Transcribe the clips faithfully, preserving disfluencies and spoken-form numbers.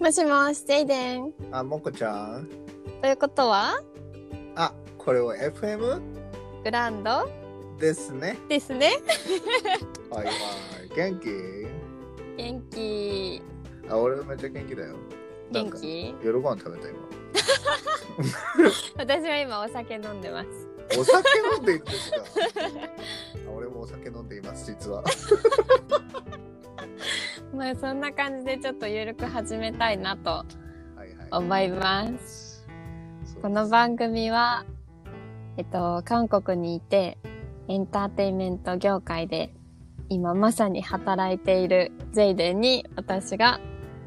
もしもし、ジェイデン。 あ、もこちゃん。 ということは、 あ、これは エフエムグランドですね。 ですね。 はいはい。元気？ 元気。 あ、俺めっちゃ元気だよ。 元気？ 夜ご飯食べた今。 私は今お酒飲んでます。 お酒飲んでいるんですか？あ、俺もお酒飲んでいます、実は。 まあそんな感じでちょっとゆるく始めたいなと思います。はいはい、この番組は、えっと、韓国にいてエンターテインメント業界で今まさに働いているジェイデンに私が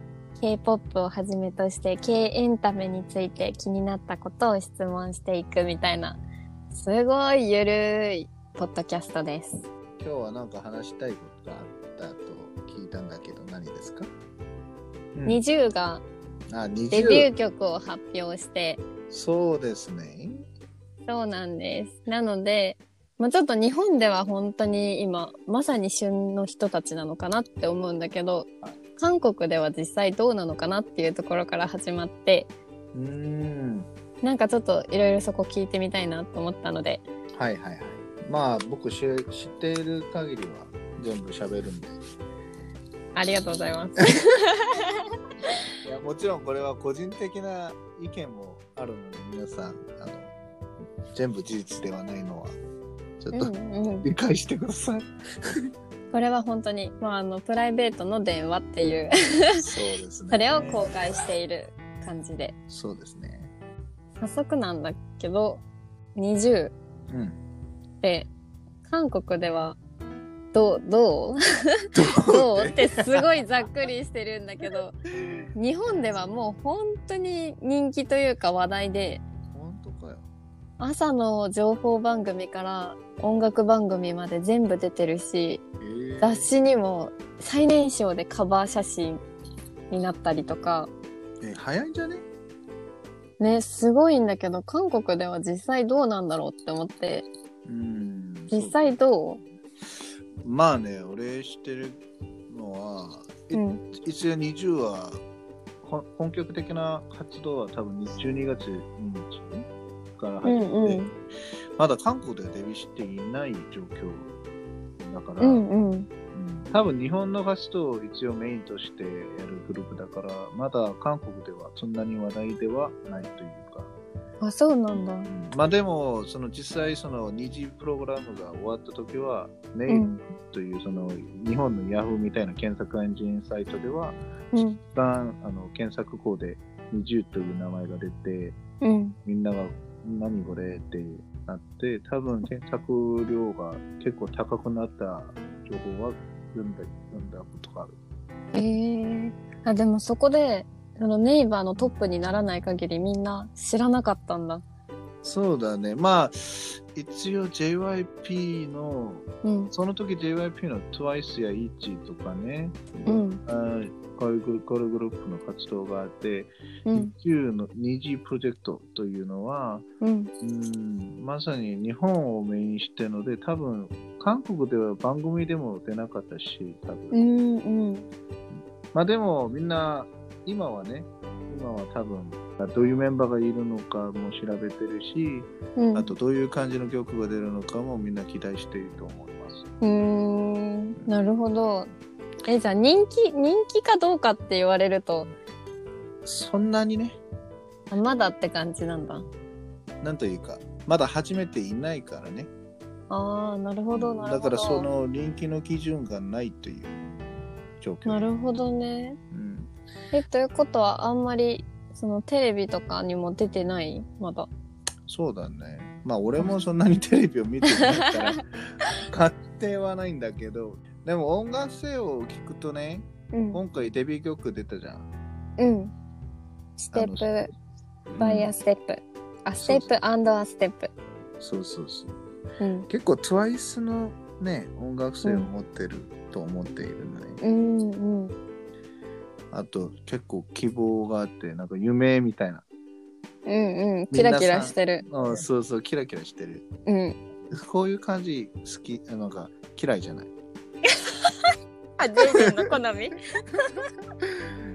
K-ポップ をはじめとして K エンタメについて気になったことを質問していくみたいなすごいゆるいポッドキャストです。 今日はなんか話したいことがあったと聞いたんだけど何ですか？ うん、ニジューがあ、ニジューデビュー曲を発表して。 そうですね。 そうなんです。なので、まあ、ちょっと日本では本当に今まさに旬の人たちなのかなって思うんだけど、韓国では実際どうなのかなっていうところから始まって、 うーん、 なんかちょっといろいろそこ聞いてみたいなと思ったので。 はいはいはい。まあ僕知っている限りは全部喋るんで。 ありがとうございます。 いやもちろんこれは個人的な意見もあるので皆さんあの全部事実ではないのはちょっと理解してください。 これは本当に、まあ、あのプライベートの電話っていうそうですね。 それを公開している感じで。 そうですね。 早速なんだけどにじゅう、うん、で韓国ではどうどうどうってすごいざっくりしてるんだけど日本ではもう本当に人気というか話題で、 本当かよ。 朝の情報番組から音楽番組まで全部出てるし、えー、雑誌にも最年少でカバー写真になったりとか。 え、早いんじゃね？ ね、すごいんだけど韓国では実際どうなんだろうって思って。 うーん、 実際どう？ まあね、俺知ってるのは、うん、一応にじゅうは本格的な活動は多分じゅうにがつににちから始まって、うんうん、まだ韓国ではデビューしていない状況だから、うんうんうん、多分日本の活動を一応メインとしてやるグループだからまだ韓国ではそんなに話題ではないというか。 あ、そうなんだ。 まあでもその実際その二次プログラムが終わった時はネイブというその日本のヤフーみたいな検索エンジンサイトでは、うん、一旦あの検索項でにじゅうという名前が出て、うん、みんなが何これってなって多分検索量が結構高くなった情報は読んだ読んだことがある。 えー、あでもそこでそのネイバーのトップにならない限りみんな知らなかったんだ。 そうだね。まあ一応 ジェイワイピー の、うん、その時 ジェイワイピー の トゥワイス や イーチ とかね、うん、あこういうこういうグループの活動があって、うん、にじゅうの二次プロジェクトというのは、うん、うんまさに日本をメインにしてるので多分韓国では番組でも出なかったし多分、うんうん、まあでもみんな今はね、今は多分どういうメンバーがいるのかも調べてるし、うん、あとどういう感じの曲が出るのかもみんな期待していると思います。 うーん、なるほど。え、じゃあ人気人気かどうかって言われるとそんなにね。 まだって感じなんだ。 なんというかまだ始めていないからね。 ああ、なるほどなるほど。 だからその人気の基準がないという状況。 なるほどね。うん、え、ということはあんまりそのテレビとかにも出てないまだ。 そうだね。まあ俺もそんなにテレビを見てないから勝手はないんだけど、でも音楽性を聞くとね、うん、今回デビュー曲出たじゃん。 うん。ステップバイアステップ、うん、あステップアンドアステップ。 そうそうそう。うん、結構 トゥワイス のね音楽性を持ってると思っているのね。うんうん。あと結構希望があってなんか夢みたいな。 うんうん。キラキラしてる。 うん、そうそうキラキラしてる。うん。こういう感じ好きなんか嫌いじゃない。 あ、ジェイジェイの好み。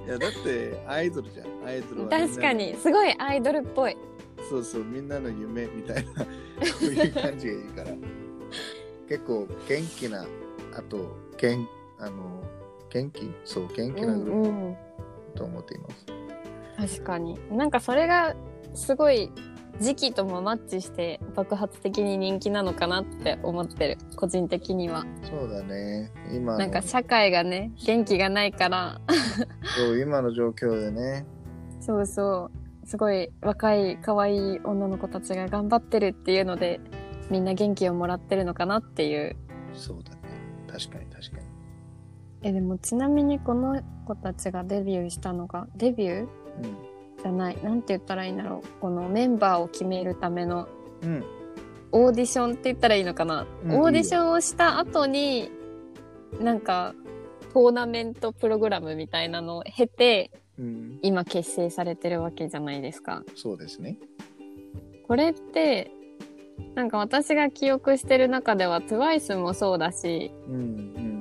いやだってアイドルじゃん。アイドルは確かにすごいアイドルっぽい。 そうそう、みんなの夢みたいなこういう感じがいいから結構元気な、あと元あの元気そう元気なグループと思っています、 うんうん、確かになんかそれがすごい時期ともマッチして爆発的に人気なのかなって思ってる、個人的には。 そうだね、今なんか社会がね元気がないからそう今の状況でね、 そうそうすごい若い可愛い女の子たちが頑張ってるっていうのでみんな元気をもらってるのかなっていう。 そうだね、確かに確かに。 えでもちなみにこの子たちがデビューしたのがデビュー、うんじゃない、なんて言ったらいいんだろう、このメンバーを決めるためのオーディションって言ったらいいのかな、うん、オーディションをした後になんかトーナメントプログラムみたいなのを経て、うん、今結成されてるわけじゃないですか。 そうですね。 これってなんか私が記憶してる中では トゥワイス もそうだし、うんうん、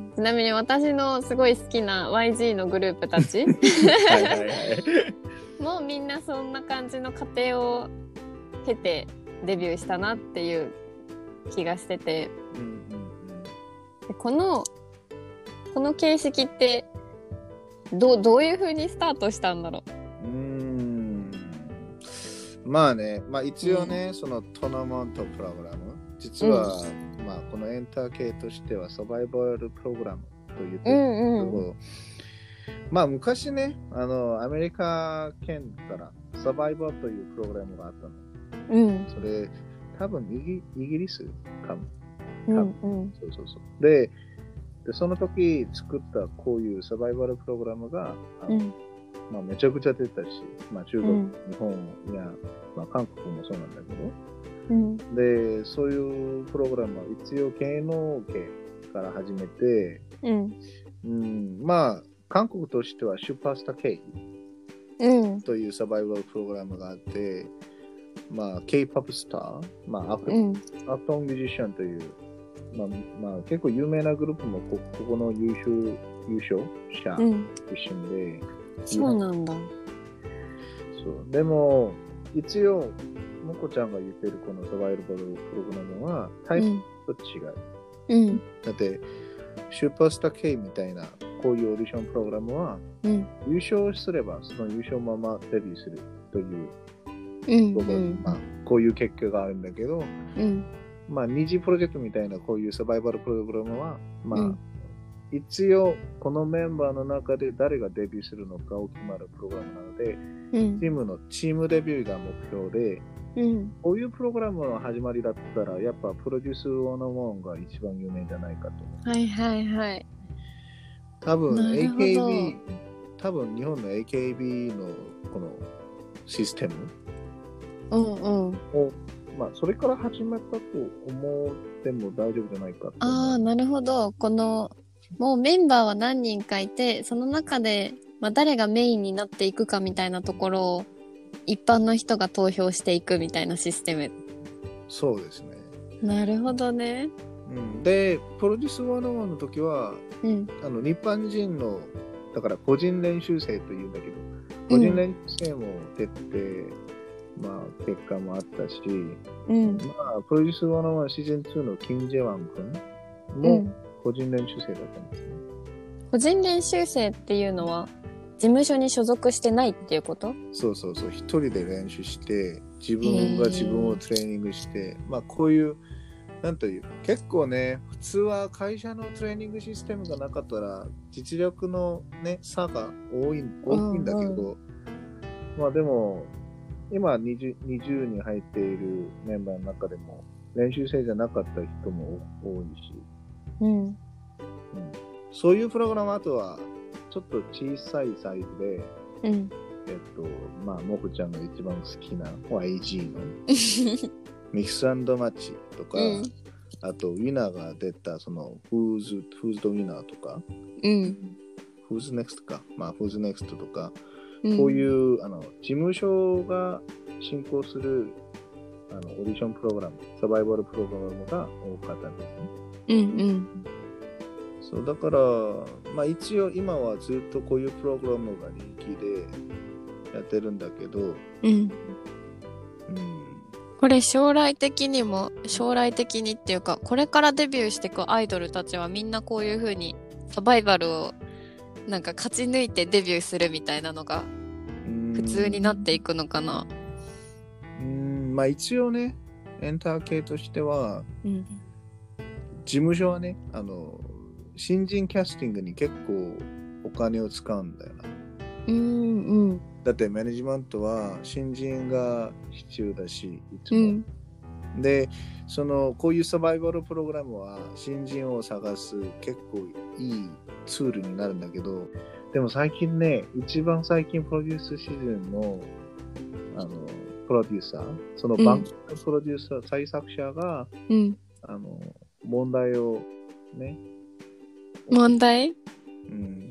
ちなみに私のすごい好きな ワイジー のグループたちはいはい、はいもうみんなそんな感じの過程を経てデビューしたなっていう気がしてて、うんうんうん、でこのこの形式ってどうどういう風にスタートしたんだろう。うーんまあね、まあ一応ね、うん、そのトーナメントプログラム実は、うん、まあこのエンター系としてはサバイバルプログラムというところ、うんうん、まあ昔ね、あのアメリカ圏からサバイバーというプログラムがあったの。うん。それ多分イギ、イギリスかも。うんうん。そうそうそう。で、でその時作ったこういうサバイバルプログラムが、うん、まあめちゃくちゃ出たし、まあ中国、うん、日本や、まあ、韓国もそうなんだけど、うん、でそういうプログラムは一応芸能系から始めて、うんうん、まあ韓国としてはスーパースター K というサバイバルプログラムがあって、まあ K-ポップ スター、まあアク、うん、アクトミュージシャンという、まあまあ、結構有名なグループもこ、ここの優秀優勝者出身で、うん、 そうなんだ。 そうでも一応もこちゃんが言ってるこのサバイバルプログラムはタイプと違う、うん、だってスーパースター K みたいなこういうオーディションプログラムは、うん、優勝すればその優勝ままデビューするという、うんうんまあ、こういう結果があるんだけど、うんまあ、二次プロジェクトみたいなこういうサバイバルプログラムは、まあうん、一応このメンバーの中で誰がデビューするのかを決まるプログラムなので、うん、チームのチームデビューが目標で、うん、こういうプログラムの始まりだったらやっぱプロデュースひゃくいちが一番有名じゃないかと。 はいはいはい。 多分 エーケービー 多分日本の エーケービー のこのシステムを、うんうん、まあそれから始まったと思っても大丈夫じゃないかと。 ああなるほど。このもうメンバーは何人かいてその中で、まあ、誰がメインになっていくかみたいなところを一般の人が投票していくみたいなシステム。 そうですね。 なるほどね。 うん、でプロデュースひゃくいちの時は、うん、あの日本人のだから個人練習生というんだけど個人練習生も出て、うんまあ結果もあったし、うん、まあプロデュースひゃくいちシーズンツーのキム・ジェワン君も個人練習生だったんですね、 うん、個人練習生っていうのは事務所に所属してないっていうこと？ そうそうそう、一人で練習して自分が自分をトレーニングして、まあこういうなんという結構ね普通は会社のトレーニングシステムがなかったら実力のね差が多い大きいんだけど、うんうん、まあでも今 20, 20人入っているメンバーの中でも練習生じゃなかった人も多いし、うんうん、そういうプログラムあとはちょっと小さいサイズで、うん、えっとまあもこちゃんが一番好きな ワイジー のミックス&マッチとか、うん、あとウィナーが出たその Who's Who's the Winner とか、うん、Who's Next かまあ Who's Next とかこういう、うん、あの事務所が進行するあのオーディションプログラム、サバイバルプログラムが多かったんですね。うんうん。 そうだから、まあ、一応今はずっとこういうプログラムが人気でやってるんだけど、うんうん、これ将来的にも将来的にっていうかこれからデビューしていくアイドルたちはみんなこういう風にサバイバルをなんか勝ち抜いてデビューするみたいなのが普通になっていくのかな。 うーん、まあ一応ねエンター系としては、うん、事務所はねあの新人キャスティングに結構お金を使うんだよな。うんうん。だってマネジメントは新人が必要だしいつも、うん、でそのこういうサバイバルプログラムは新人を探す結構いいツールになるんだけど、でも最近ね一番最近プロデュースシーズンのあのプロデューサーその番組のプロデューサー、うん、制作者が、うん、あの問題をね問題？ うん。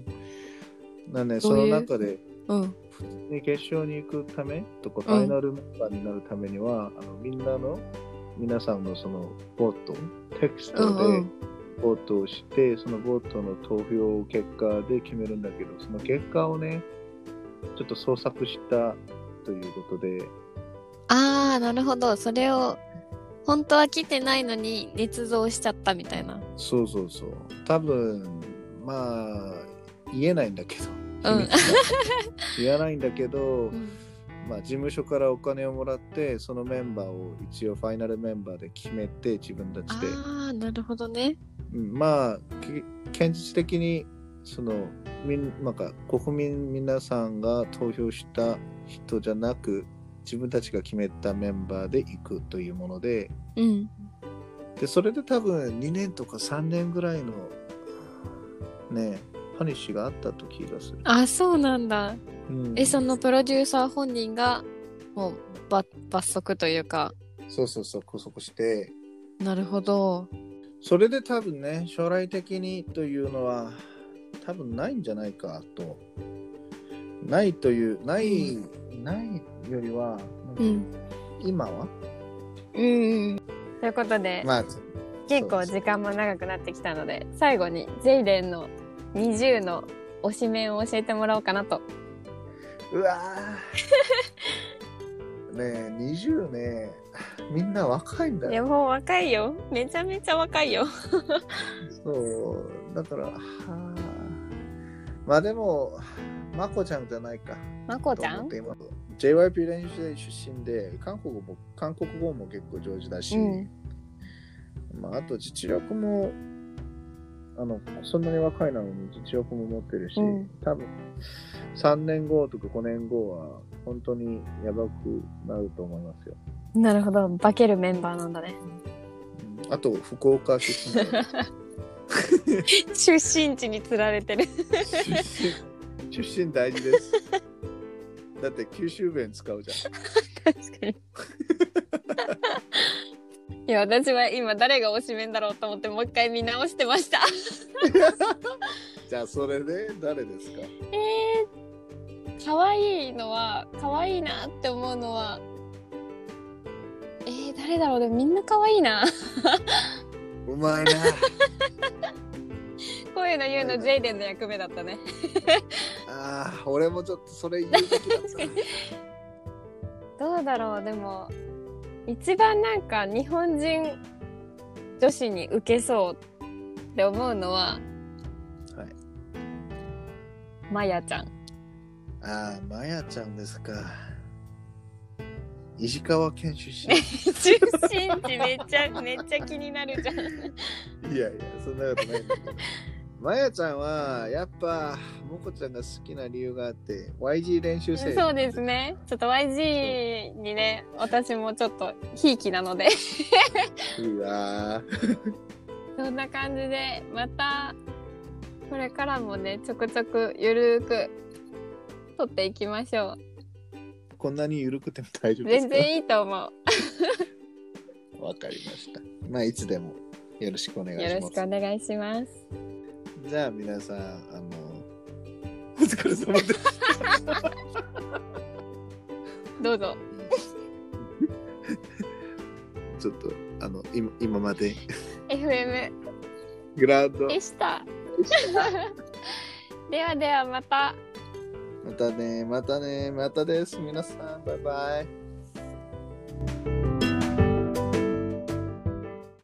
なんで、その中で、うん、決勝に行くためとか、ファイナルメンバーになるためには、うん、あのみんなの、皆さんのそのボート、テキストでボートをして、うんうん、そのボートの投票結果で決めるんだけど、その結果をね、ちょっと創作したということで。 あー、なるほど。それを、本当は来てないのに捏造しちゃったみたいな。 そうそうそう。多分まあ言えないんだけど、うん、言えないんだけど、うん、まあ事務所からお金をもらってそのメンバーを一応ファイナルメンバーで決めて自分たちで。 ああなるほどね。 うん、まあ現実的にそのみんなんか国民皆さんが投票した人じゃなく。自分たちが決めたメンバーで行くというもので、うん、でそれで多分にねんとかさんねんぐらいのねパニッシュがあったと気がする。 あ、そうなんだ。うん、え、そのプロデューサー本人がもうば罰則というか。 そうそうそう拘束して。 なるほど。 それで多分ね将来的にというのは多分ないんじゃないかと。ないというない、うん、ないよりは、うん、今はうん、ということで、まあ、結構時間も長くなってきたので最後にジェイデンのにじゅうの推しメンを教えてもらおうかなと。 うわーねえにじゅうねみんな若いんだよ。 いやもう若いよめちゃめちゃ若いよそうだからはまあでもまこちゃんじゃないか。 まこちゃんジェイワイピー 練習生出身で韓国も韓国語も結構上手だし、うんまあ、あと実力もあのそんなに若いなのに実力も持ってるし、うん、多分さんねんごとかごねんごは本当にやばくなると思いますよ。 なるほど化けるメンバーなんだね。 うん、あと福岡出身出身地に釣られてる出身大事です。だって九州弁使うじゃん。確かに。 いや私は今誰が推しメンだろうと思ってもう一回見直してました。 じゃあそれで誰ですか？ えー、可愛いのは可愛いなって思うのはえー、誰だろうでもみんな可愛いな。 うまいな。 こういうの言うのジェイデンの役目だったね。 ああ、俺もちょっとそれ言うべきだった。 どうだろうでも一番なんか日本人女子に受けそうって思うのは、はい、まやちゃん。 ああ、まやちゃんですか。石川県出身。 出身地めっちゃめっちゃ気になるじゃん。いやいやそんなことないんだけど。まやちゃんはやっぱもこちゃんが好きな理由があって ワイジー 練習生。 そうですね。ちょっと ワイジー にね私もちょっとひいきなのでうわそんな感じでまたこれからもねちょくちょくゆるく撮っていきましょう。 こんなにゆるくても大丈夫ですか？ 全然いいと思う。 わかりました。まあいつでもよろしくお願いします。 よろしくお願いします。 じゃあ皆さん、あの、お疲れ様です。 どうぞ。 ちょっと、あの、今今まで。 エフエム。 グランド。 でした。 ではではまた。 またね、またね、またです。皆さん、バイバイ。